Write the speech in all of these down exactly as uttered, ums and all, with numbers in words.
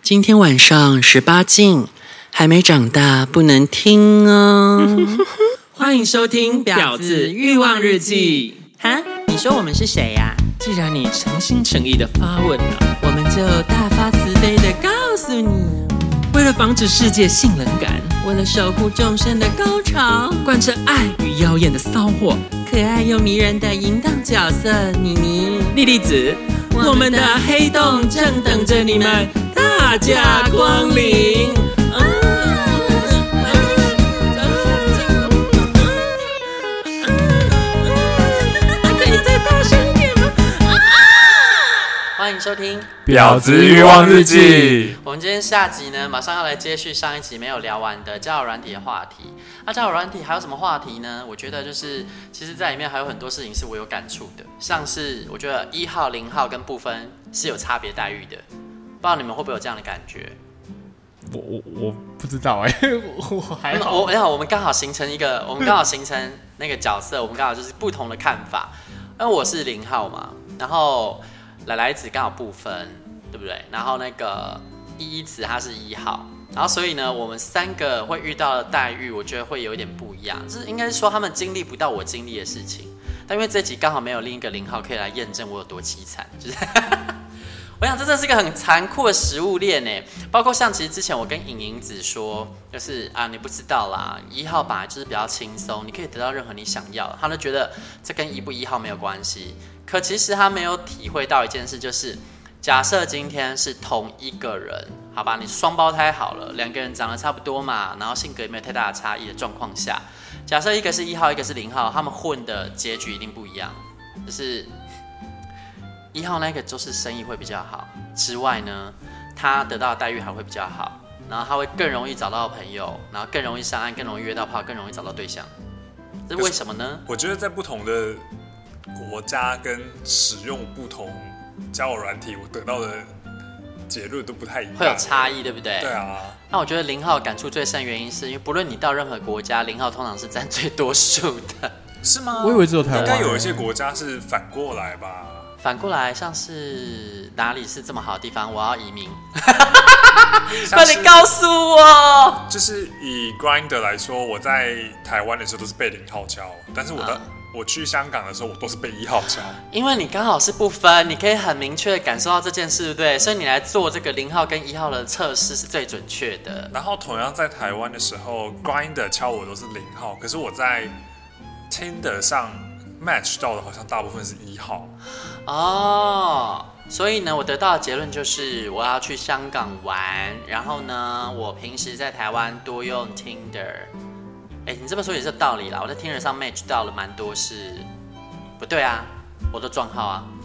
今天晚上十八禁，还没长大不能听哦。 欢迎收听《婊子欲望日记》。 哈，你说我们是谁呀、啊？ 既然你诚心诚意的发问了、啊， 我们就大发慈悲的告诉你： 为了防止世界性冷感， 为了守护众生的高潮， 贯彻爱与妖艳的骚货， 可爱又迷人的淫荡角色妮妮、 莉莉子，我们的黑洞正等着你们大驾光临。 欢迎收听 《婊子欲望日记》。 我们今天下集呢，马上要来接续上一集没有聊完的交友软体的话题。那、啊、交友软体还有什么话题呢？我觉得就是，其实在里面还有很多事情是我有感触的，像是我觉得一号、零号跟不分是有差别待遇的，不知道你们会不会有这样的感觉？ 我我我不知道哎、欸，我还好。 我我我们刚好形成一个，我们刚好形成那个角色，我们刚好就是不同的看法。因为我是零号嘛，然后。来来子刚好不分，对不对？然后那个依依子他是一号，然后所以呢，我们三个会遇到的待遇，我觉得会有一点不一样。就是应该是说他们经历不到我经历的事情，但因为这集刚好没有另一个零号可以来验证我有多凄惨，就是我想这真的是一个很残酷的食物链呢。包括像其实之前我跟颖颖子说，就是啊你不知道啦，一号本来就是比较轻松，你可以得到任何你想要的，他就觉得这跟一不一号没有关系。可其实他没有体会到一件事，就是假设今天是同一个人，好吧，你双胞胎好了，两个人长得差不多嘛，然后性格也没有太大的差异的状况下，假设一个是一号，一个是零号，他们混的结局一定不一样。就是一号那个就是生意会比较好，之外呢，他得到的待遇还会比较好，然后他会更容易找到朋友，然后更容易上岸，更容易约到炮，更容易找到对象。这是为什么呢？ 我觉得在不同的国家跟使用不同交友软体，我得到的结论都不太一样， 会有差异，对不对？ 对啊。 那我觉得零号感触最深，原因是因为不论你到任何国家，零号通常是占最多数的。 是吗？ 我以为只有台湾。 应该有一些国家是反过来吧？ 反过来，像是哪里是这么好的地方？我要移民。快点告诉我！ 就是以 Grindr 来说，我在台湾的时候都是被零号敲，但是我的、啊、我去香港的时候，我都是被一号敲。 因为你刚好是不分，你可以很明确的感受到这件事，对不对？所以你来做这个零号跟一号的测试是最准确的。 然后同样在台湾的时候 ，Grindr 敲我都是零号，可是我在 Tinder 上 match 到的好像大部分是一号。哦。 所以呢，我得到的结论就是我要去香港玩，然后呢，我平时在台湾多用 Tinder。哎，你这么说也是有道理啦。我在 Tinder 上 match 到了蛮多是，不对啊，我都撞号啊。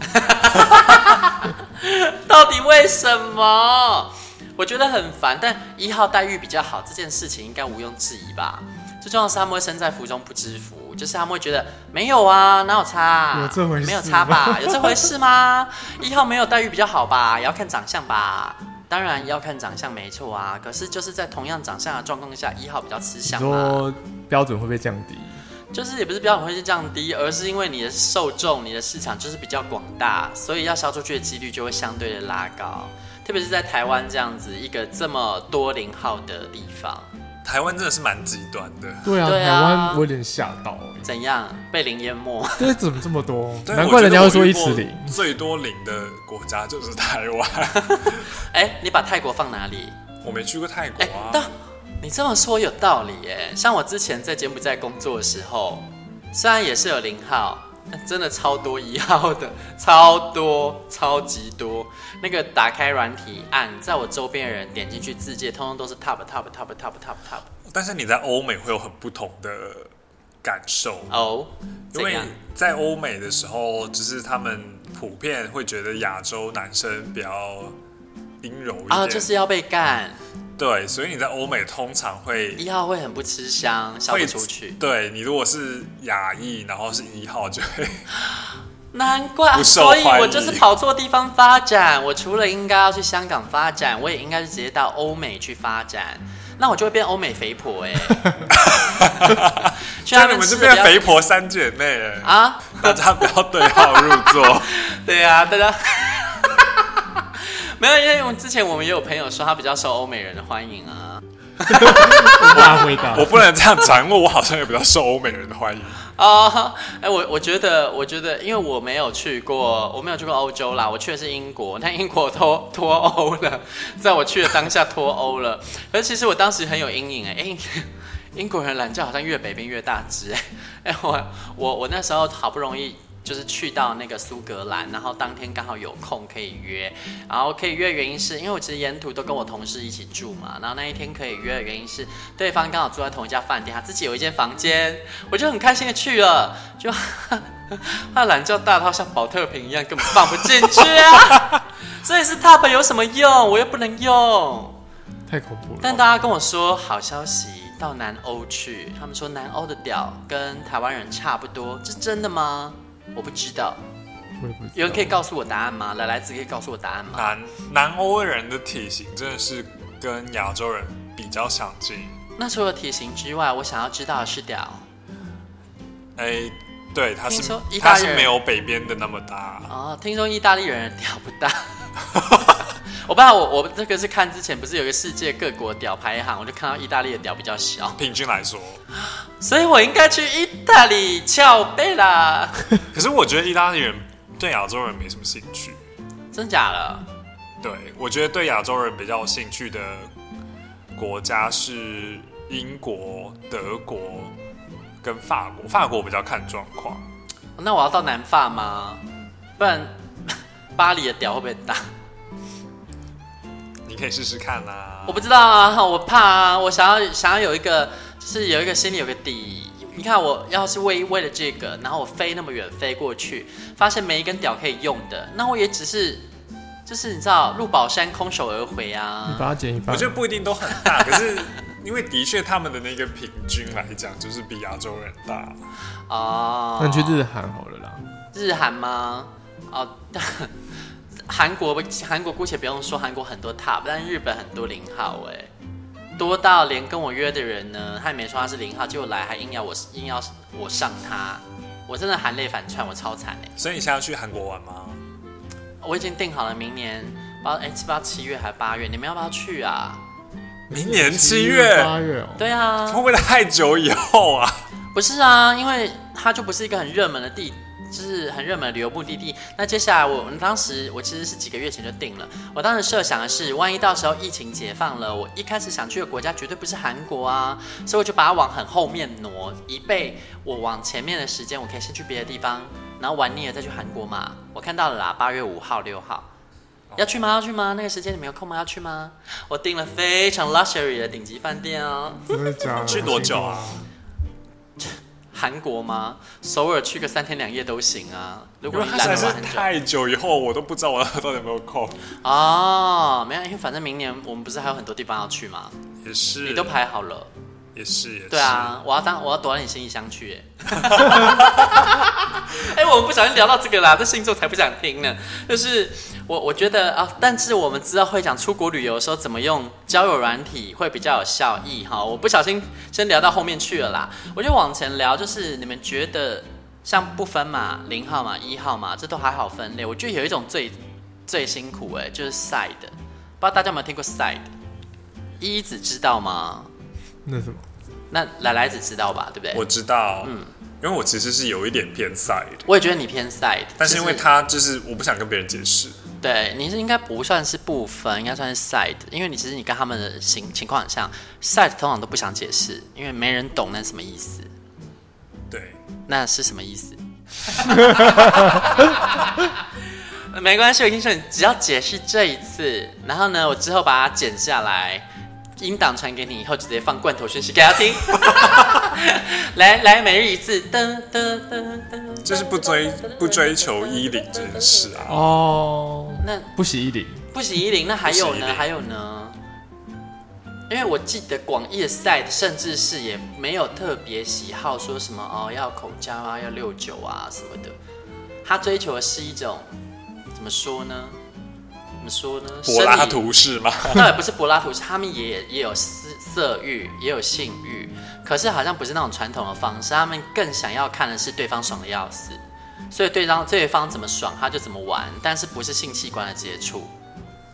到底为什么？我觉得很烦，但一号待遇比较好，这件事情应该毋庸置疑吧。最重要的是他们会身在福中不知福，就是他们会觉得没有啊，哪有差啊？ 有这回事？ 没有差吧？有这回事吗？一号没有待遇比较好吧？也要看长相吧？当然也要看长相，没错啊。可是就是在同样长相的状况下，一号比较吃香嘛。 说标准会不会降低？ 就是也不是标准会降低，而是因为你的受众、你的市场就是比较广大，所以要销出去的几率就会相对的拉高。特别是在台湾这样子一个这么多零号的地方。 台湾真的是蛮极端的。 对啊， 对啊台湾我有点吓到、欸。 怎样被零淹没？ 对，怎么这么多？难怪人家会说一尺零。 最多零的国家就是台湾。 哎、欸，你把泰国放哪里？ 我没去过泰国啊。 欸、你这么说有道理耶。像我之前在柬埔寨工作的时候，虽然也是有零号，但真的超多一号的，超多，超级多。那个打开软体按，在我周边的人点进去自介，通通都是 top top top top top top。 但是你在欧美会有很不同的感受哦， 因为在欧美的时候，就是他们普遍会觉得亚洲男生比较阴柔一点啊，就是要被干。 对，所以你在欧美通常会一号会很不吃香，笑不出去。 对，你如果是亚裔，然后是一号就会。 难怪，所以我就是跑错地方发展。我除了应该要去香港发展，我也应该是直接到欧美去发展。那我就会变欧美肥婆哎、欸。 那你们就变肥婆三姐妹哎、欸、啊！大家不要对号入座。 对啊，大家没有，因为我之前我们也有朋友说他比较受欧美人的欢迎啊。 大回答， 我不能这样讲，因为我好像也比较受欧美人的欢迎。 哦，哎、欸，我我觉得，我觉得，因为我没有去过，我没有去过欧洲啦，我去的是英国，但英国脱脱欧了，在我去的当下脱欧了。可是其实我当时很有阴影哎、欸，英英国人懒觉好像越北边越大只哎、欸，哎、欸、我我我那时候好不容易。就是去到那个苏格兰，然后当天刚好有空可以约，然后可以约的原因是因为我其实沿途都跟我同事一起住嘛，然后那一天可以约的原因是对方刚好住在同一家饭店，他自己有一间房间，我就很开心的去了，就他懒觉大到像保特瓶一样，根本放不进去啊！所以是 Top 有什么用？我又不能用， 太恐怖了。 但大家跟我说好消息，到南欧去，他们说南欧的屌跟台湾人差不多，这真的吗？我不知道， 我也不知道， 有人可以告诉我答案吗？来来子可以告诉我答案吗？ 南南欧人的体型真的是跟亚洲人比较相近。 那除了体型之外，我想要知道的是屌。 哎、欸，对，他是他是没有北边的那么大。 哦，听说意大利人的屌不大。我不知道，我我这个是看之前不是有个世界各国屌排行，我就看到意大利的屌比较小。 平均来说， 所以我应该去意大利翘背啦。 可是我觉得意大利人对亚洲人没什么兴趣。 真假的？ 对，我觉得对亚洲人比较有兴趣的国家是英国、德国跟法国。法国比较看状况。 那我要到南法吗？不然巴黎的屌会不会很大？ 你可以试试看啊！ 我不知道啊，我怕啊，我想要想要有一个，就是有一个心里有个底。你看，我要是为为了这个，然后我飞那么远飞过去，发现没一根屌可以用的，那我也只是，就是你知道，入宝山空手而回啊。 你把它剪一半， 我觉得不一定都很大，可是因为的确他们的那个平均来讲，就是比亚洲人大。 哦， 那你去日韩好了啦。 日韩吗？哦。韩国韩国姑且不用说，韩国很多 top， 但日本很多零号哎，多到连跟我约的人呢，他也没说他是零号，结果来还硬要我硬要我上他，我真的含泪反串，我超惨哎。 所以你现在去韩国玩吗？ 我已经定好了明年，不知道哎，不知道七月还八月，你们要不要去啊？ 明年七月、 八月哦。 对啊。 会不会太久以后啊？ 不是啊，因为它就不是一个很热门的地。就是很热门的旅游目的地。那接下来我，我当时我其实是几个月前就定了。我当时设想的是，万一到时候疫情解放了，我一开始想去的国家绝对不是韩国啊，所以我就把它往很后面挪，以备我往前面的时间，我可以先去别的地方，然后玩腻了再去韩国嘛。我看到了啦，八月五号、六号，要去吗？要去吗？那个时间你们有空吗？要去吗？我订了非常 luxury 的顶级饭店哦。 真的假的？ 去多久啊？ 韩国吗？首尔去个三天两夜都行啊。如果你懒实在是得玩很久， 太久以后，我都不知道我到底有没有空。 哦，没有，因为反正明年我们不是还有很多地方要去吗？ 也是， 你都排好了。 也是，也是。 对啊，我要当我要躲在你行李箱去耶。哎、欸，我们不小心聊到这个啦，这星座才不想听呢。就是我我觉得啊，但是我们知道会讲出国旅游的时候怎么用交友软体会比较有效益哈。我不小心先聊到后面去了啦，我就往前聊，就是你们觉得像不分嘛，零号嘛，一号嘛，这都还好分类。我觉得有一种最最辛苦哎，就是 side， 不知道大家有没有听过 side？ 一子知道吗？ 那什么？ 那来来子知道吧，对不对？ 我知道，嗯，因为我其实是有一点偏 side， 我也觉得你偏 side， 但是因为他就是我不想跟别人解释， 对，你是应该不算是不分，应该算是 side， 因为你其实你跟他们的情情况很像 ，side 通常都不想解释，因为没人懂那是什么意思。 对， 那是什么意思？没关系，我跟你说，你只要解释这一次，然后呢，我之后把它剪下来。音档传给你以后，直接放罐头讯息给他听。来来，每日一次，噔噔噔噔， 就是不追不追求衣领这件事啊。 哦， 那不洗衣领， 不洗衣领，那还有呢？还有呢？因为我记得广义的 side 甚至是也没有特别喜好说什么哦要口交啊，要六九啊什么的，他追求的是一种怎么说呢？怎么说呢？ 柏拉图式吗？ 那也不是柏拉图式，他们也也有色欲，也有性欲，可是好像不是那种传统的方式，他们更想要看的是对方爽的要死，所以对方对方怎么爽他就怎么玩，但是不是性器官的接触。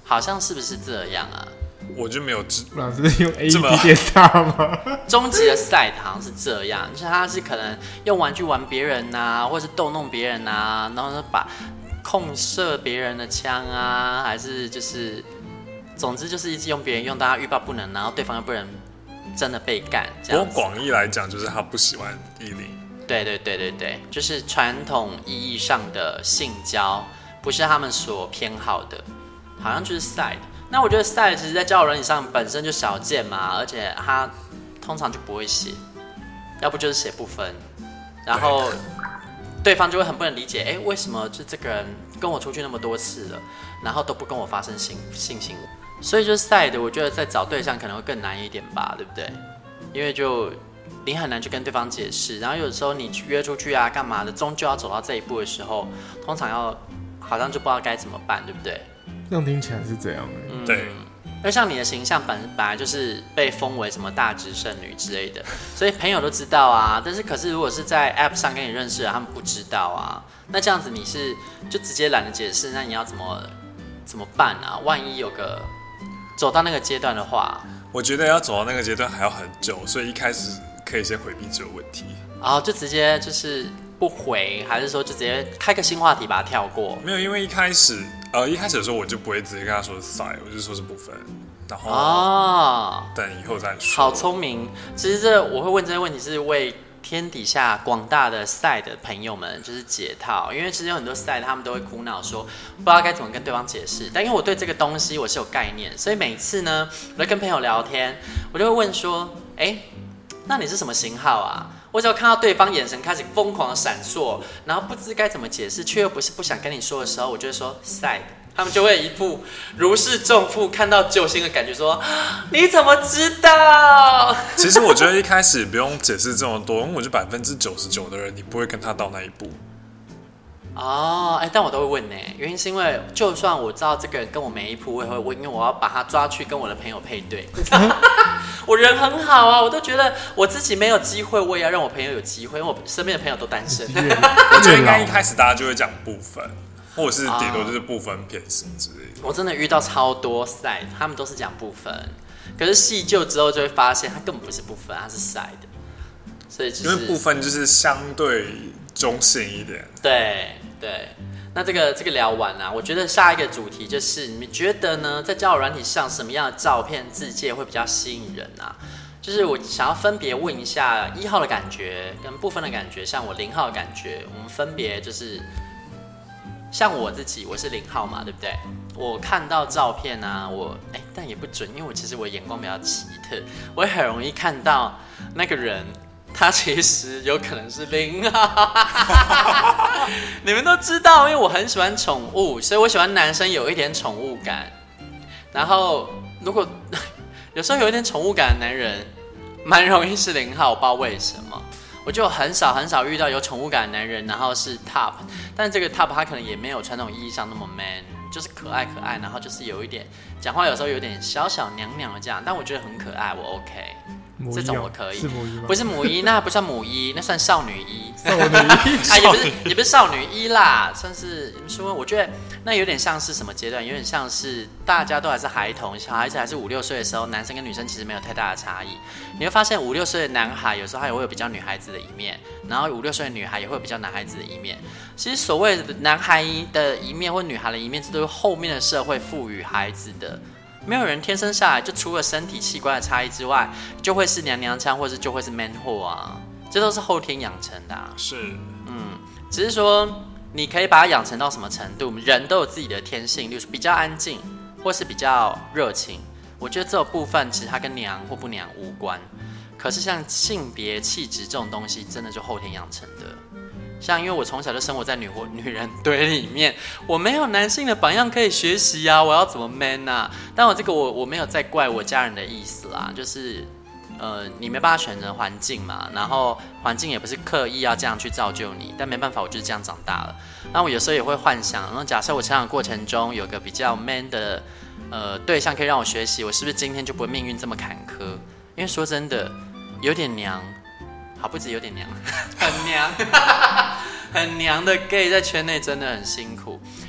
好像是不是这样啊？ 我就没有知， 老师用 A E D 电大吗？ 终极的赛好像是这样，就是他是可能用玩具玩别人呐、啊，或是逗弄别人呐、啊，然后把控射别人的枪啊，还是就是，总之就是一直用别人用到他欲罢不能，然后对方又不能真的被干。不过广义来讲，就是他不喜欢依琳。 对对对对对，就是传统意义上的性交，不是他们所偏好的，好像就是 side。那我觉得 side 其实在交友软体上本身就少见嘛，而且他通常就不会写，要不就是写不分，然后对方就会很不能理解，哎，为什么就这个人跟我出去那么多次了，然后都不跟我发生性性行为，所以就是 side， 我觉得在找对象可能会更难一点吧，对不对？因为就你很难去跟对方解释，然后有时候你约出去啊干嘛的，终究要走到这一步的时候，通常要好像就不知道该怎么办，对不对？ 这样听起来是这样的、欸嗯， 对。 而像你的形象本本来就是被封为什么大直剩女之类的，所以朋友都知道啊。但是可是如果是在 App 上跟你认识的，他们不知道啊。那这样子你是就直接懒得解释，那你要怎么怎么办啊？万一有个走到那个阶段的话， 我觉得要走到那个阶段还要很久，所以一开始可以先回避这个问题。 然后就直接就是不回，还是说就直接开个新话题把它跳过？ 没有，因为一开始呃一开始的时候我就不会直接跟他说是 side， 我就说是不分，然后哦，等以后再说。 好聪明！其实这我会问这些问题是为天底下广大的 side 的朋友们就是解套，因为其实有很多 side 他们都会苦恼说不知道该怎么跟对方解释，但因为我对这个东西我是有概念，所以每次呢我在跟朋友聊天，我就会问说，哎，那你是什么型号啊？我只要看到对方眼神开始疯狂的闪烁，然后不知该怎么解释，却又不是不想跟你说的时候，我就会说 side， 他们就会一副如释重负、看到救星的感觉，说你怎么知道？ 其实我觉得一开始不用解释这么多，因为我觉得百分之九十九的人，你不会跟他到那一步。 哦，哎，但我都会问呢，原因是因为就算我知道这个人跟我没一铺，我也会问，因为我要把他抓去跟我的朋友配对。我人很好啊，我都觉得我自己没有机会，我也要让我朋友有机会，因为我身边的朋友都单身。 我觉得应该一开始大家就会讲部分，或者是顶多就是部分偏心之类的。 我真的遇到超多 side， 他们都是讲部分，可是细究之后就会发现他根本不是部分，他是 side， 所以、就是、 因为部分就是相对中性一点。 对对。那这个这个聊完啊，我觉得下一个主题就是你们觉得呢，在交友软体上什么样的照片自介会比较吸引人啊？就是我想要分别问一下一号的感觉跟部分的感觉，像我零号的感觉，我们分别就是像我自己，我是零号嘛，对不对？我看到照片啊，我哎，但也不准，因为我其实我眼光比较奇特，我很容易看到那个人。他其实有可能是零号，你们都知道，因为我很喜欢宠物，所以我喜欢男生有一点宠物感。然后，如果有时候有一点宠物感的男人，蛮容易是零号，我不知道为什么。我就很少很少遇到有宠物感的男人，然后是 top， 但这个 top 他可能也没有传统意义上那么 man， 就是可爱可爱，然后就是有一点讲话有时候有点小小娘娘的这样，但我觉得很可爱，我 OK。这种我可以， 是母一吗？ 不是母一，那不算母一，那算少女一。 少女一啊，也不是，也不是少女一啦，算是说，我觉得那有点像是什么阶段？有点像是大家都还是孩童，小孩子还是五六岁的时候，男生跟女生其实没有太大的差异。你会发现五六岁的男孩有时候他也会有比较女孩子的一面，然后五六岁的女孩也会有比较男孩子的一面。其实所谓的男孩的一面或女孩的一面，这都是后面的社会赋予孩子的。没有人天生下来就除了身体器官的差异之外，就会是娘娘腔，或者就会是 man 货啊，这都是后天养成的、啊。 是， 嗯，只是说你可以把它养成到什么程度，人都有自己的天性，例如比较安静，或是比较热情。我觉得这种部分其实它跟娘或不娘无关，可是像性别气质这种东西，真的就后天养成的。像因为我从小就生活在女女人堆里面，我没有男性的榜样可以学习啊，我要怎么 man 啊？但我这个我我没有在怪我家人的意思啦，就是呃你没办法选择环境嘛，然后环境也不是刻意要这样去造就你，但没办法，我就是这样长大了。那我有时候也会幻想，然后假设我成长过程中有个比较 man 的呃对象可以让我学习，我是不是今天就不会命运这么坎坷？因为说真的，有点娘。好，不止有点娘，很娘，很娘的 gay 在圈内真的很辛苦。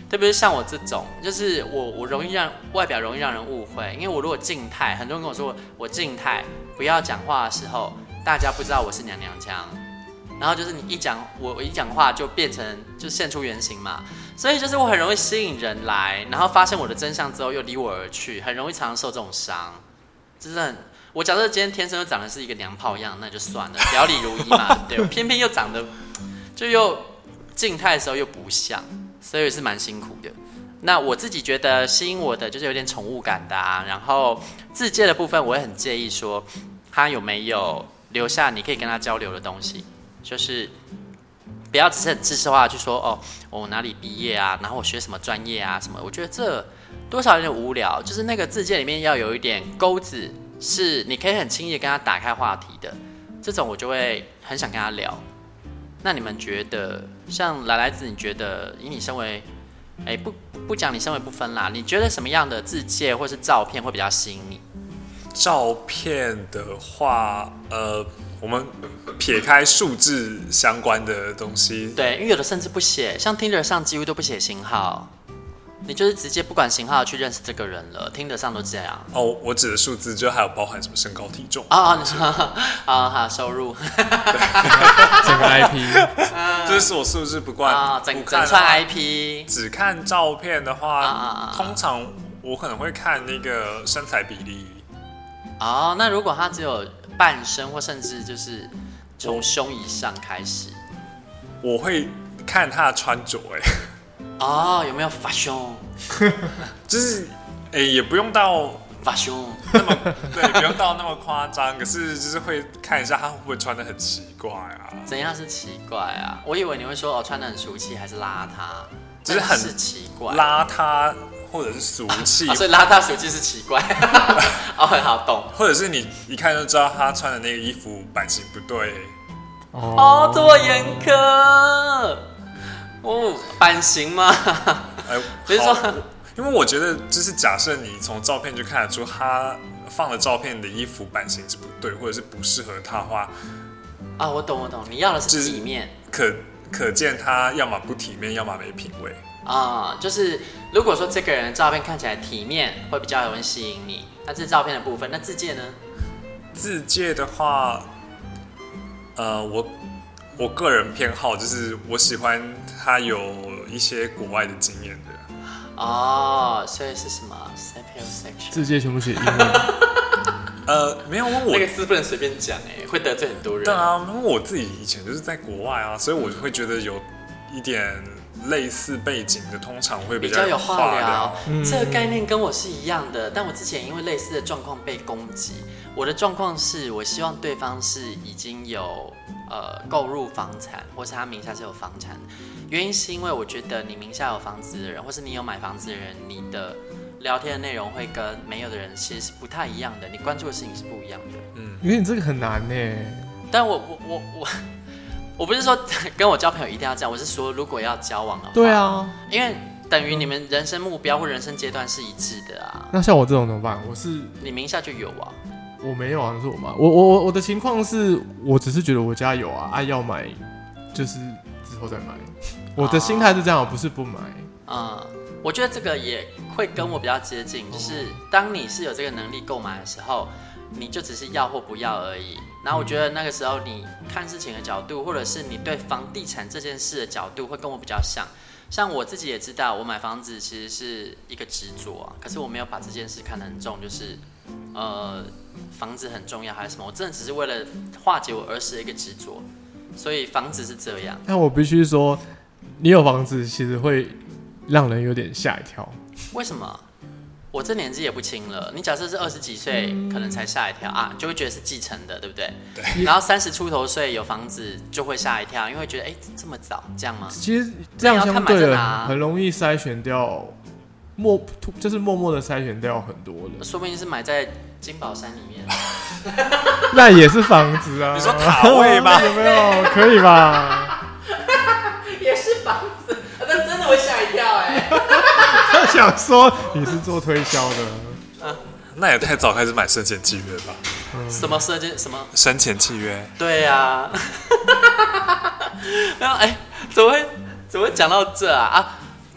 特别是像我这种，就是我我容易让外表容易让人误会，因为我如果静态，很多人跟我说我静态不要讲话的时候，大家不知道我是娘娘腔，然后就是你一讲我我一讲话就变成就现出原形嘛，所以就是我很容易吸引人来，然后发现我的真相之后又离我而去，很容易常常受这种伤，就是很我假设今天天生就长得是一个娘炮样，那就算了，表里如一嘛，对，我偏偏又长得就又静态的时候又不像。所以是蛮辛苦的。那我自己觉得吸引我的就是有点宠物感的啊，然后自介的部分我也很介意说他有没有留下你可以跟他交流的东西，就是不要只是很知识化去说哦我哪里毕业啊，然后我学什么专业啊什么，我觉得这多少有点无聊。就是那个自介里面要有一点钩子，是你可以很轻易的跟他打开话题的，这种我就会很想跟他聊。那你们觉得，像来来子，你觉得以你身为，哎，不不讲你身为不分啦，你觉得什么样的自介或是照片会比较吸引你？ 照片的话，呃，我们撇开数字相关的东西， 对，因为有的甚至不写，像 Tinder 上几乎都不写型号，你就是直接不管型号去认识这个人了 ，Tinder 上都这样。 哦，我指的数字就还有包含什么身高体重啊啊，啊哈，收入， 整个 I P， 这是我数字不惯啊，整整串 I P， 只看照片的话， 啊啊啊通常我可能会看那个身材比例。 哦，那如果他只有半身或甚至就是从胸以上开始， 我会看他的穿着，哎。 哦，有没有发胸？ 就是，哎、欸，也不用到发胸那么，对，不用到那么夸张。可是就是会看一下他会不会穿得很奇怪啊？ 怎样是奇怪啊？我以为你会说哦，穿得很俗气还是邋遢， 就是很是奇怪， 邋遢或者是俗气、 啊，所以邋遢俗气是奇怪。哦，很好懂。 或者是你一看就知道他穿的那个衣服版型不对。 哦，这么严苛。哦，版型吗？ 哎， 比如说， 因为我觉得，就是假设你从照片就看得出他放的照片的衣服版型是不对，或者是不适合他的话， 啊，我懂我懂，你要的是体面， 可可见他要么不体面，要么没品味啊。就是如果说这个人的照片看起来体面，会比较容易吸引你，那这是照片的部分。那自介呢？ 自介的话，呃，我。我个人偏好就是我喜欢他有一些国外的经验的。 哦，所以是什么 sapiosexual？ 自介全部写英文。 呃，没有，我那个字不能随便讲哎，会得罪很多人。 对啊，因为我自己以前就是在国外啊，所以我会觉得有一点类似背景的，通常会比较有话聊。 嗯、 这个概念跟我是一样的，但我之前因为类似的状况被攻击。我的状况是我希望对方是已经有呃购入房产，或是他名下是有房产。原因是因为我觉得你名下有房子的人，或是你有买房子的人，你的聊天的内容会跟没有的人其实是不太一样的，你关注的事情是不一样的。 嗯，因为你这个很难呢。 但我我我我我不是说跟我交朋友一定要这样，我是说如果要交往的话， 对啊， 因为等于你们人生目标或人生阶段是一致的啊。 那像我这种怎么办？我是你名下就有啊。 我没有啊，那是我妈。我我我的情况是，我只是觉得我家有啊，啊要买就是之后再买。我的心态是这样，我不是不买。 嗯，我觉得这个也会跟我比较接近，就是当你是有这个能力购买的时候，你就只是要或不要而已。然后我觉得那个时候你看事情的角度，或者是你对房地产这件事的角度，会跟我比较像。像我自己也知道，我买房子其实是一个执着啊，可是我没有把这件事看得很重，就是呃房子很重要还是什么？我真的只是为了化解我儿时的一个执着，所以房子是这样。 但我必须说，你有房子其实会让人有点吓一跳。 为什么？我这年纪也不轻了，你假设是二十几岁，嗯、可能才吓一跳啊，就会觉得是继承的，对不对？对。然后三十出头岁有房子就会吓一跳，因为会觉得哎、欸、这么早这样吗？ 其实这样相对的很容易筛选掉，默就是默默的筛选掉很多人。 说不定是买在金宝山里面， 那也是房子啊。 你说塔位吗？ 有没有？可以吧？ 也是房子，但真的会吓一跳哎、欸。 他想说你是做推销的、 啊，那也太早开始买生前契约吧？ 嗯、什么设计？什么生前契约？ 对呀、啊。然后哎，怎么会怎么会讲到这啊？啊，对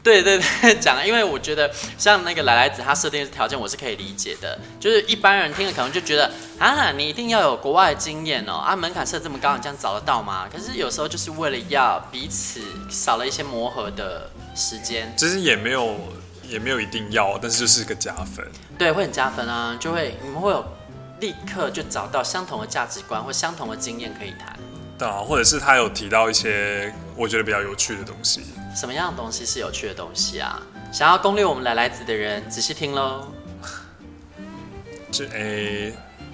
对对对，讲，因为我觉得像那个来来子，他设定的条件我是可以理解的，就是一般人听了可能就觉得啊，你一定要有国外的经验哦，啊，门槛设这么高，你这样找得到吗？可是有时候就是为了要彼此少了一些磨合的时间， 其实也没有也没有一定要，但是就是个加分， 对，会很加分啊，就会你们会有立刻就找到相同的价值观或相同的经验可以谈。 对啊，或者是他有提到一些我觉得比较有趣的东西。 什么样的东西是有趣的东西啊？想要攻略我们来来子的人，仔细听喽。 这诶，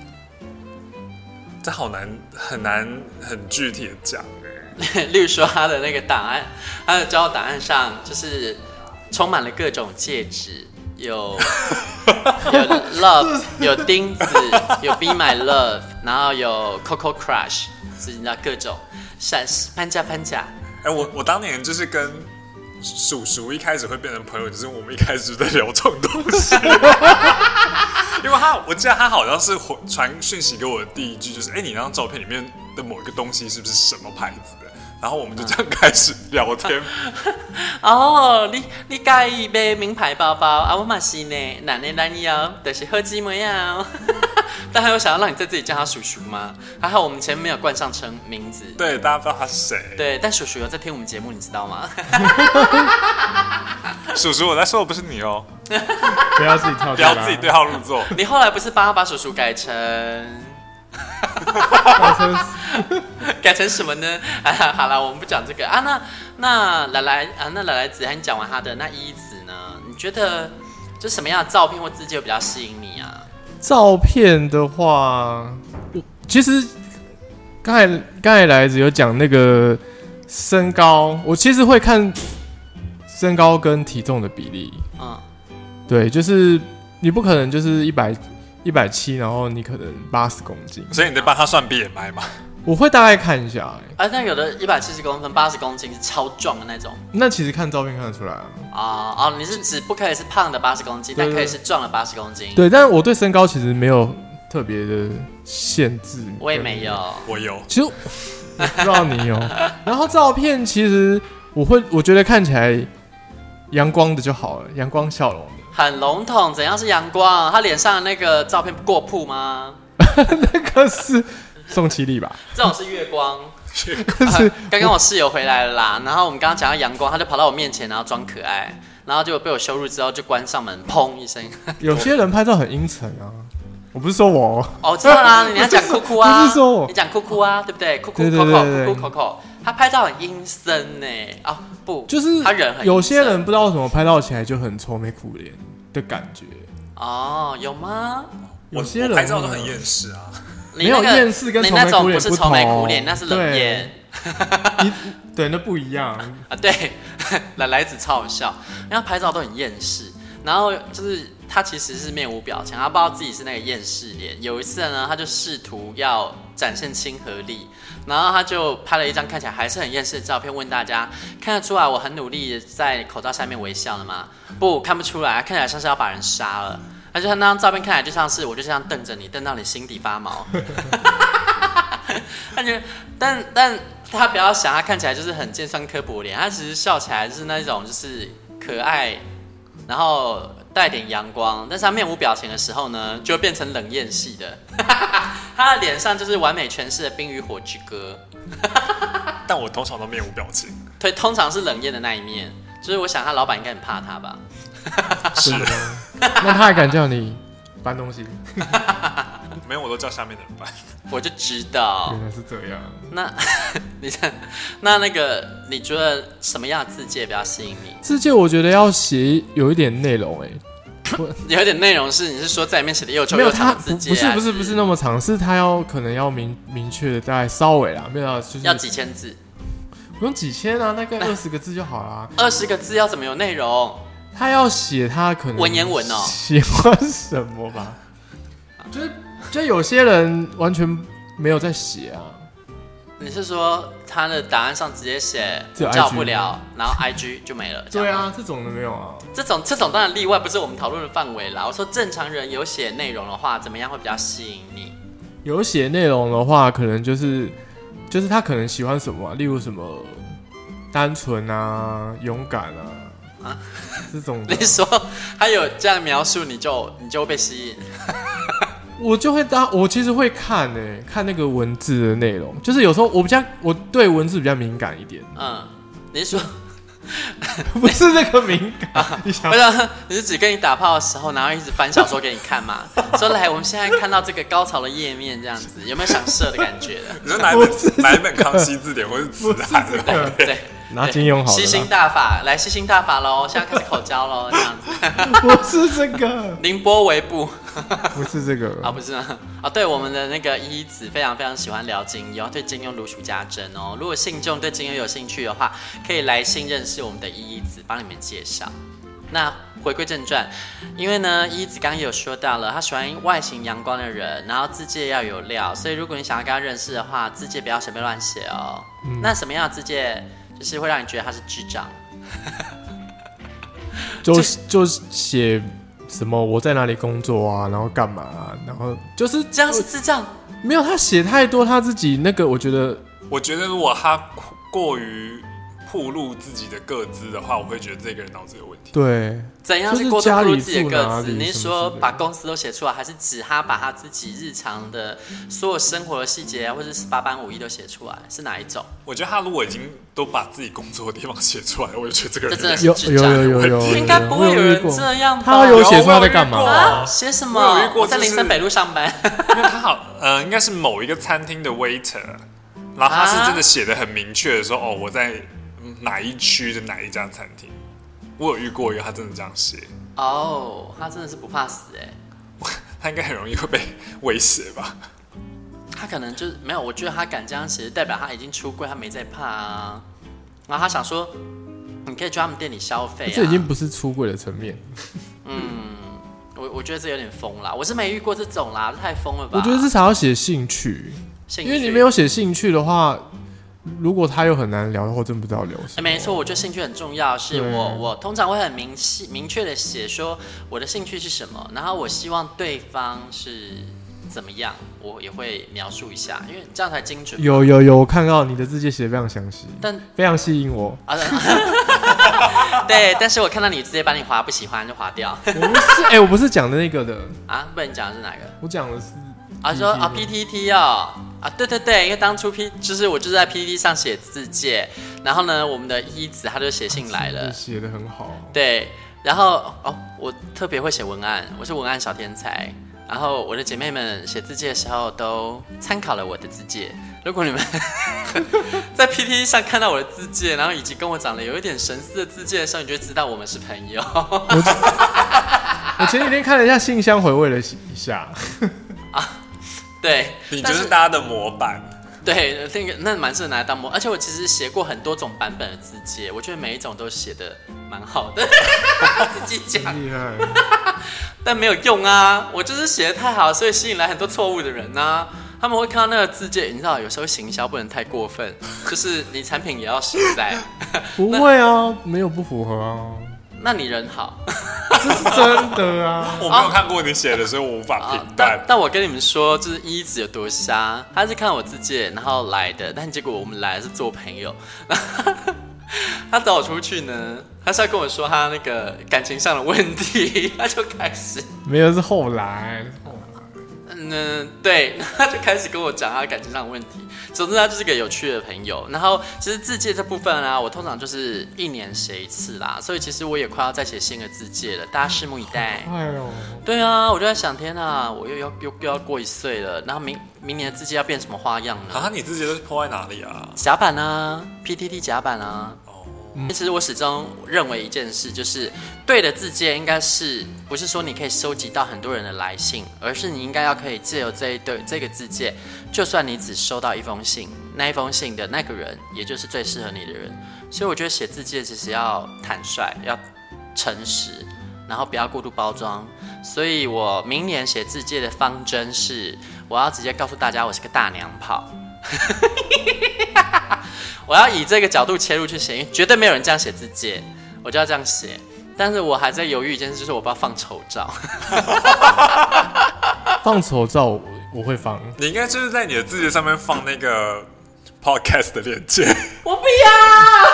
这好难，很难很具体的讲哎。 例如说他的那个档案，他的交友档案上就是充满了各种戒指，有有 love， 有钉子，有 be my love， 然后有 Coco Crush。你知道各种闪潘家潘家， 哎、欸，我我当年就是跟叔叔一开始会变成朋友，就是我们一开始在聊这种东西，因为他我记得他好像是传讯息给我的第一句就是，哎、欸，你那张照片里面的某一个东西是不是什么牌子的？然后我们就这样开始聊天。 哦，你你介意买名牌包包啊？我嘛是呢，男的男友就是好姊妹啊。但他有想要让你在这里叫他叔叔吗？还好我们前面没有冠上称名字。 对，大家不知道他是谁。 对，但叔叔有在听我们节目，你知道吗？ 叔叔，我在说的不是你哦。 不要自己跳， 不要自己对号入座。 你后来不是帮他把叔叔改成？ 改成改成什么呢？啊，好了，我们不讲这个啊。那那来来啊，那来来子，你讲完他的那一子呢？你觉得就什么样的照片或字迹比较吸引你啊？ 照片的话，我其实刚才刚才来子有讲那个身高，我其实会看身高跟体重的比例。嗯，对，就是你不可能就是一百一百七，然后你可能八十公斤， 所以你得帮他算 B M I 吗？ 我会大概看一下、欸。 啊，但有的一百七十公分、八十公斤是超壮的那种。 那其实看照片看得出来啊。 哦哦，你是指不可以是胖的八十公斤，但可以是壮的八十公斤。 对，但是我对身高其实没有特别的限制。 我也没有， 我有。 其实我不知道你有。然后照片其实我会，我觉得看起来阳光的就好了，阳光笑容的。 很笼统，怎样是阳光？他脸上的那个照片不过曝吗？ 那个是宋七力吧？ 这种是月光。是刚刚我室友回来了啦，然后我们刚刚讲到阳光，他就跑到我面前，然后装可爱，然后结果被我羞辱之后就关上门，砰一声。 有些人拍照很阴沉啊，我不是说我哦， 我知道啦，你要讲酷酷啊， 不是说我， 你讲酷酷啊，对不对？酷酷 Coco 酷酷 Coco， 他拍照很阴森呢，啊不， 就是他人很有些人不知道为什么拍照起来就很愁眉苦脸的感觉。 哦，有吗？ 有些人拍照都很厌世啊。 没有厌世跟愁眉苦脸不是愁眉苦脸，那是冷艳。 对，那不一样啊。对，来来子超好笑，因为他拍照都很厌世，然后就是他其实是面无表情，他不知道自己是那个厌世脸。有一次呢，他就试图要展现亲和力，然后他就拍了一张看起来还是很厌世的照片，问大家看得出来我很努力在口罩下面微笑了吗？不，看不出来，看起来像是要把人杀了。而且他那张照片看起来就像是我就这样瞪着你，瞪到你心底发毛。他觉得，但但他不要想，他看起来就是很尖酸刻薄脸，他其实笑起来就是那种就是可爱，然后带点阳光，但是他面无表情的时候呢，就变成冷艳系的。他的脸上就是完美诠释了《冰与火之歌》。 但我通常都面无表情。 对，通常是冷艳的那一面，就是我想他老板应该很怕他吧。 是的，那他还敢叫你搬东西？ 没有，我都叫下面的人搬。 我就知道， 原来是这样。 那你看，那那个你觉得什么样的字界比较吸引你？ 字界我觉得要写有一点内容、欸，哎， 有一点内容是你是说在里面写的又臭又长的字界？ 不是不是不是那么长，是他要可能要明明确的大概稍微啦，没有就是要几千字， 不用几千啊，大概二十个字就好啦。 二十个字要怎么有内容？ 他要写他可能文言文哦， 喜欢什么吧？就是就有些人完全没有在写啊。 你是说他的答案上直接写叫不了，然后 I G 就没了？ 对啊，这种的没有啊。 这种这种当然例外，不是我们讨论的范围啦。我说正常人有写内容的话，怎么样会比较吸引你？ 有写内容的话，可能就是就是他可能喜欢什么、啊，例如什么单纯啊、勇敢啊。 啊， 这种的你说他有这样描述，你就你就会被吸引。 我就会当，我其实会看诶、欸，看那个文字的内容，就是有时候我比较我对文字比较敏感一点。 嗯，你是说不是那个敏感？你想不是，你是指跟你打炮的时候，然后一直翻小说给你看嘛？说来，我们现在看到这个高潮的页面，这样子有没有想射的感觉的？ 你说哪一本哪一本康熙字典或是词函的？ 对对。 拿金庸好了， 吸星大法来，吸星大法喽！现在开始口交喽，这样子。 不是这个， 凌波微步， 不是这个啊，不是啊，啊，对，我们的那个依依子非常非常喜欢聊金庸，对金庸如数家珍哦。如果信众对金庸有兴趣的话，可以来信认识我们的依依子，帮你们介绍。那回归正传，因为呢，依依子刚刚也有说到了，她喜欢外形阳光的人，然后字界要有料，所以如果你想要跟她认识的话，字界不要随便乱写哦。嗯、那什么样的字界？就是会让你觉得他是智障， 就就写什么我在哪里工作啊，然后干嘛、啊，然后就是这样是智障。 没有，他写太多他自己那个，我觉得， 我觉得如果他过于暴露自己的个资的话，我会觉得这个人脑子有问题。 对， 怎样是过度暴露自己的个资？ 你是说把公司都写出来，还是指他把他自己日常的所有生活的细节啊，或者是八般武艺都写出来？是哪一种？ 我觉得他如果已经都把自己工作的地方写出来，我就觉得这个人这真的是智障。 有有有有有， 应该不会有人这样吧？ 他有写出他在干嘛？ 啊？写什么？ 我有遇过、 我在林森北路上班。 因为他好，呃，应该是某一个餐厅的 waiter， 然后他是真的写的很明确的说，哦，我在哪一区的哪一家餐厅。我有遇过一个，他真的这样写。 哦，他真的是不怕死哎、 欸。他应该很容易会被威胁吧？ 他可能就是没有，我觉得他敢这样写，代表他已经出柜，他没在怕啊。然后他想说，你可以去他们店里消费、啊， 这已经不是出柜的层面。 嗯，我我觉得这有点疯啦，我是没遇过这种啦，这太疯了吧？ 我觉得至少要写兴趣， 兴趣， 因为你没有写兴趣的话。如果他又很难聊的话，真不知道聊什么。 没错，我觉得兴趣很重要。是我我通常会很明细明确的写说我的兴趣是什么，然后我希望对方是怎么样，我也会描述一下，因为这样才精准。 有有有，我看到你的字界写得非常详细， 但非常吸引我。 啊、对，但是我看到你直接把你划不喜欢就划掉。 我不是，哎、欸，我不是讲的那个的啊，不然你讲的是哪个？ 我讲的是啊，说啊 P T T 哦。啊，对对对，因为当初 P 就是我就是在 P T T 上写字界，然后呢，我们的依子他就写信来了， 写得很好。 对，然后哦，我特别会写文案，我是文案小天才。然后我的姐妹们写字界的时候都参考了我的字界。如果你们在 P T T 上看到我的字界，然后以及跟我长得有一点神似的字界的时候，你就会知道我们是朋友。 我, 我前几天看了一下信箱，回味了一下。 啊。对， 你就是大家的模板。 对，那个那蛮适合拿来当模，而且我其实写过很多种版本的字界，我觉得每一种都写的蛮好的，自己讲， 厉害， 但没有用啊！我就是写的太好，所以吸引来很多错误的人啊。他们会看到那个字界，你知道，有时候行销不能太过分，就是你产品也要实在。 不会啊，没有不符合啊。 那你人好， 这是真的啊！ 我没有看过你写的，所以我无法评断、啊但。但我跟你们说，就是依子有多瞎，他是看我自介然后来的，但结果我们来的是做朋友。他找我出去呢，他是要跟我说他那个感情上的问题，他就开始没有是后来。 嗯，对，他就开始跟我讲他感情上的问题。总之，他就是个有趣的朋友。然后，其实字界这部分啊，我通常就是一年写一次啦，所以其实我也快要再写新的字界了，大家拭目以待。 快哦！ 对啊，我就在想，天啊，我又要又又要过一岁了，然后明明年的字界要变什么花样呢？ 啊，你字界都破在哪里啊？ 甲板啊 ，P T T 甲板啊。其实我始终认为一件事，就是对的字界应该是不是说你可以收集到很多人的来信，而是你应该要可以借由这一对这个字界，就算你只收到一封信，那一封信的那个人，也就是最适合你的人。所以我觉得写字界其实要坦率，要诚实，然后不要过度包装。所以我明年写字界的方针是，我要直接告诉大家我是个大娘炮。我要以这个角度切入去写，因为绝对没有人这样写字界，我就要这样写。但是我还在犹豫一件事，就是我不要放丑照。 放丑照 我, 我会放， 你应该就是在你的字界上面放那个 podcast 的链接。 我不要。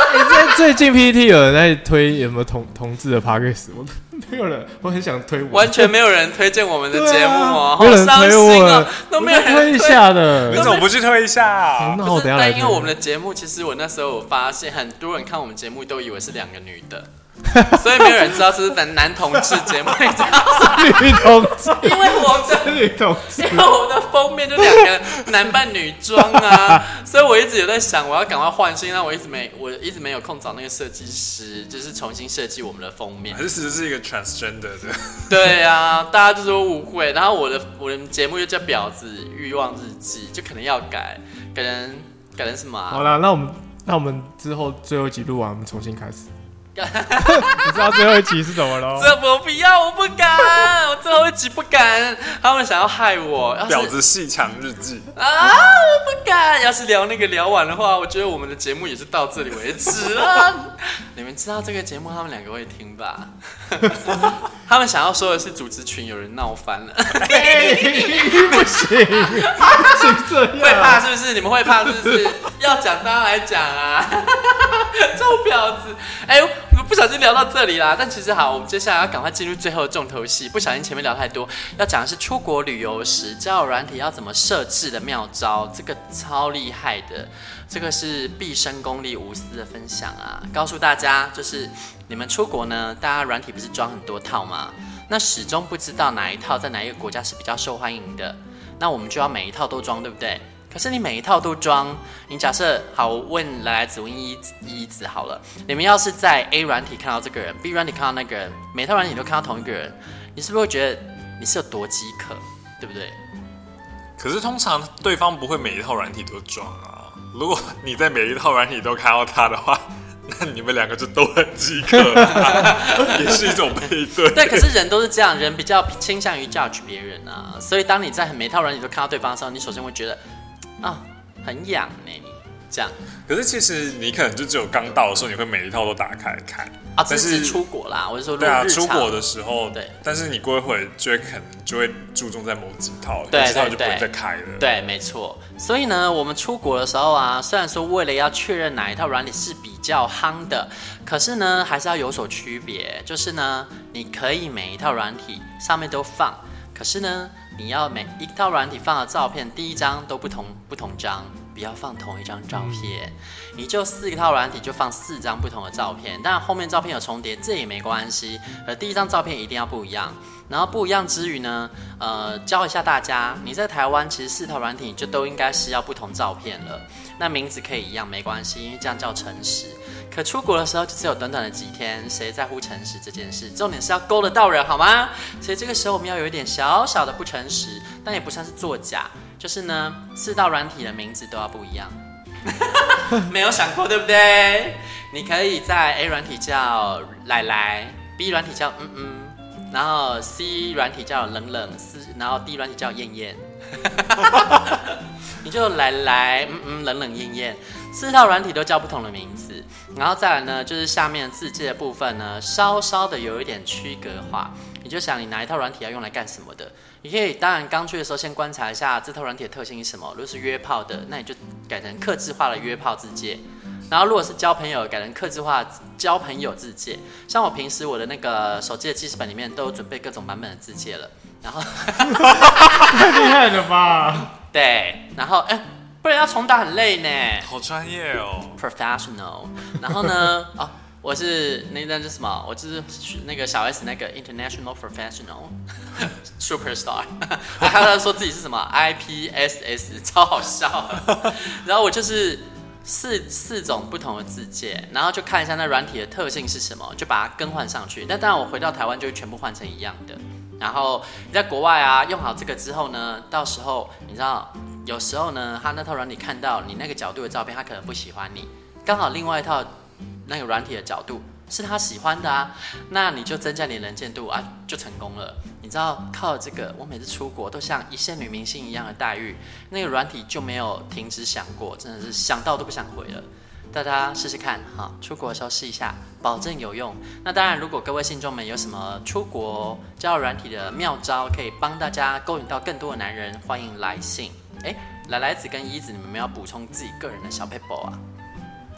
欸、最近 P T T 有人在推有没有同同志的 podcast？ 我没有人，我很想推我， 完全没有人推荐我们的节目哦， 啊、 好伤心哦，都没有人推一下的。 你怎么不去推一下、啊？ 那我等一下来推。 但因为我们的节目，其实我那时候我发现很多人看我们节目都以为是两个女的。所以没有人知道这是男男同志节目，你知道吗？ 女同志， 因为我的女同志， 因为我的封面就两个男扮女装啊，所以我一直有在想，我要赶快换新，但我一直没，我一直没有空找那个设计师，就是重新设计我们的封面。 还是其实是一个 transgender 的？ 对啊，大家就说误会，然后我的我的节目就叫《婊子欲望日记》，就可能要改，改成改成什么、啊？ 好啦，那我们那我们之后最后一集录完，我们重新开始。你知道最后一集是什么咯？ 这不必要，我不敢，我最后一集不敢，他们想要害我。 婊子戏强日记啊，我不敢。要是聊那个聊完的话，我觉得我们的节目也是到这里为止了。你们知道这个节目他们两个会听吧？他们想要说的是主持群有人闹翻了。 不行，不行这样。 会怕是不是？你们会怕是不是？要讲大家来讲啊，臭婊子！哎、欸，我不小心聊到这里啦。但其实好，我们接下来要赶快进入最后的重头戏。不小心前面聊太多，要讲的是出国旅游时交友软体要怎么设置的妙招，这个超厉害的。这个是毕生功力无私的分享啊！告诉大家，就是你们出国呢，大家软体不是装很多套吗？那始终不知道哪一套在哪一个国家是比较受欢迎的，那我们就要每一套都装，对不对？可是你每一套都装，你假设好，我问来来子问一一子好了，你们要是在 A 软体看到这个人 ，B 软体看到那个人，每套软体都看到同一个人，你是不是会觉得你是有多饥渴，对不对？ 可是通常对方不会每一套软体都装啊。如果你在每一套软体都看到他的话，那你们两个就都很饥渴、啊，也是一种配对。 对，可是人都是这样，人比较倾向于 judge 别人啊，所以当你在每一套软体都看到对方的时候，你首先会觉得啊，很痒呢、欸，这样。 可是其实你可能就只有刚到的时候，你会每一套都打开来看啊，这是出国啦，我是说对啊，出国的时候， 对。 但是你过一会就会可能就会注重在某几套， 对几套就不会再开了。 对，没错。所以呢，我们出国的时候啊，虽然说为了要确认哪一套软体是比较夯的，可是呢，还是要有所区别。就是呢，你可以每一套软体上面都放，可是呢，你要每一套软体放的照片，第一张都不同不同张。不要放同一张照片，你就四套软体就放四张不同的照片，当然后面照片有重叠，这也没关系。而第一张照片一定要不一样，然后不一样之余呢，呃，教一下大家，你在台湾其实四套软体就都应该是要不同照片了。那名字可以一样没关系，因为这样叫诚实。可出国的时候就只有短短的几天，谁在乎诚实这件事？重点是要勾得到人，好吗？所以这个时候我们要有一点小小的不诚实，但也不算是作假。就是呢，四道软体的名字都要不一样，没有想过对不对？你可以在 A 软体叫来来 ，B 软体叫嗯嗯，然后 C 软体叫冷冷，然后 D 软体叫艳艳，你就来来嗯嗯冷冷艳艳，四套软体都叫不同的名字，然后再来呢，就是下面字界的部分呢，稍稍的有一点区隔化，你就想你哪一套软体要用来干什么的。你可以当然刚去的时候先观察一下这套软体的特性是什么。如果是约炮的，那你就改成客制化的约炮字界。然后如果是交朋友，改成客制化交朋友字界。像我平时我的那个手机的记事本里面都有准备各种版本的字界了。然后太厉害了吧？ 对，然后哎，不然要重打很累呢。 好专业哦 ，professional。然后呢，哦。我是那那是什么？我就是那个小 S 那个 international professional superstar， 他他说自己是什么 I P S S， 超好笑。然后我就是四四种不同的字界，然后就看一下那软体的特性是什么，就把它更换上去。那当然我回到台湾就会全部换成一样的。然后你在国外啊，用好这个之后呢，到时候你知道，有时候呢，他那套软体看到你那个角度的照片，他可能不喜欢你，刚好另外一套。那个软体的角度是他喜欢的啊，那你就增加你的能见度啊，就成功了。你知道靠了这个，我每次出国都像一线女明星一样的待遇，那个软体就没有停止想过，真的是想到都不想回了。大家试试看哈，出国的时候试一下，保证有用。那当然，如果各位信众们有什么出国交友软体的妙招，可以帮大家勾引到更多的男人，欢迎来信。哎，来来子跟一子，你们有没有要补充自己个人的小撇步啊？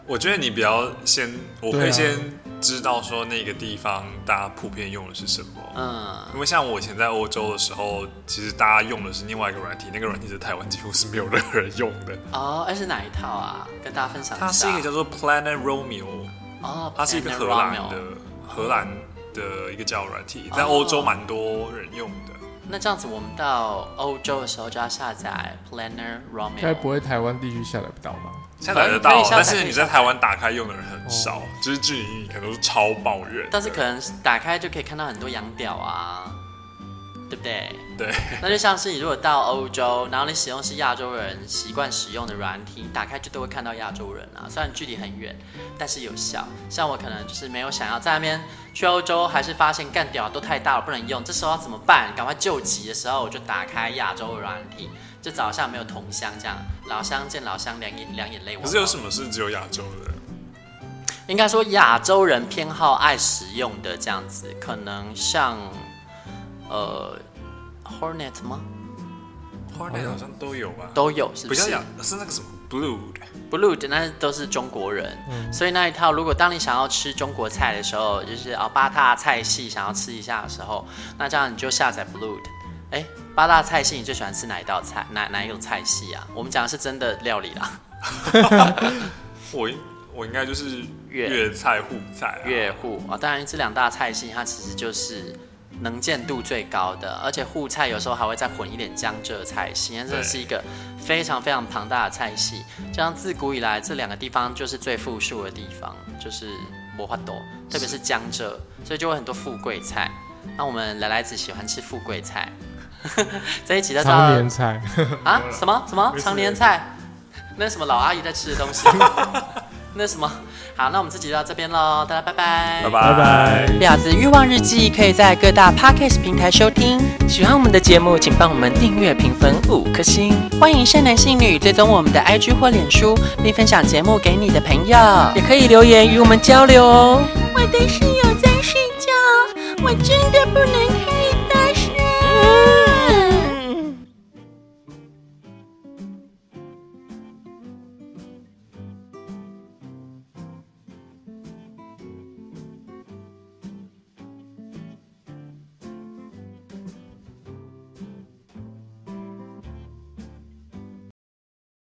我觉得你比较先，我对啊会先知道说那个地方大家普遍用的是什么。 嗯， 因为像我以前在欧洲的时候，其实大家用的是另外一个软体，那个软体在台湾几乎是没有任何人用的。 哦，哎是哪一套啊？跟大家分享一下。 它是一个叫做 Planet Romeo， 哦， 它是一个 Planet 荷兰 Romeo 的荷兰的一个交友软体，在欧洲蛮多人用的。 那这样子，我们到欧洲的时候就要下载 Planet Romeo。 该不会台湾地区下载不到吧？ 下载得到，但是你在台湾打开用的人很少， 哦、 就是距离你可能都是超抱怨。 但是可能打开就可以看到很多洋屌啊，对不对？ 对。 那就像是你如果到欧洲，然后你使用是亚洲人习惯使用的软体，你打开就都会看到亚洲人啊。虽然距离很远，但是有效。像我可能就是没有想要在那边去欧洲，还是发现干屌都太大了不能用，这时候要怎么办？赶快救急的时候，我就打开亚洲的软体。就早上没有同乡这样，老乡见老乡，两眼两眼泪汪汪。 可是有什么是只有亚洲的？ 应该说亚洲人偏好爱使用的这样子，可能像呃 Hornet 吗 ？Hornet 好像都有吧， 都有是不是？ 比较亚是那个什么 Blue Blue 的那都是中国人，嗯、所以那一套如果当你想要吃中国菜的时候，就是哦八大菜系想要吃一下的时候，那这样你就下载 Blue。哎，八大菜系你最喜欢吃哪一道菜？哪哪一种菜系啊？我们讲的是真的料理啦。 我我应该就是粤菜、沪菜、啊。 粤沪啊，当然这两大菜系它其实就是能见度最高的，而且沪菜有时候还会再混一点江浙菜系，因为这是一个非常非常庞大的菜系。这样自古以来这两个地方就是最富庶的地方，就是没法度，特别是江浙，所以就会很多富贵菜。那我们来来子喜欢吃富贵菜。这一集叫常年菜啊？什么什么常年菜？那是什么老阿姨在吃的东西？那什么？好，那我们这集就到这边喽，大家拜拜， 拜拜拜。 婊子欲望日记可以在各大 Podcast 平台收听。喜欢我们的节目，请帮我们订阅、评分五颗星。欢迎善男信女追踪我们的 I G 或脸书，并分享节目给你的朋友，也可以留言与我们交流哦。 我的室友在睡觉，我真的不能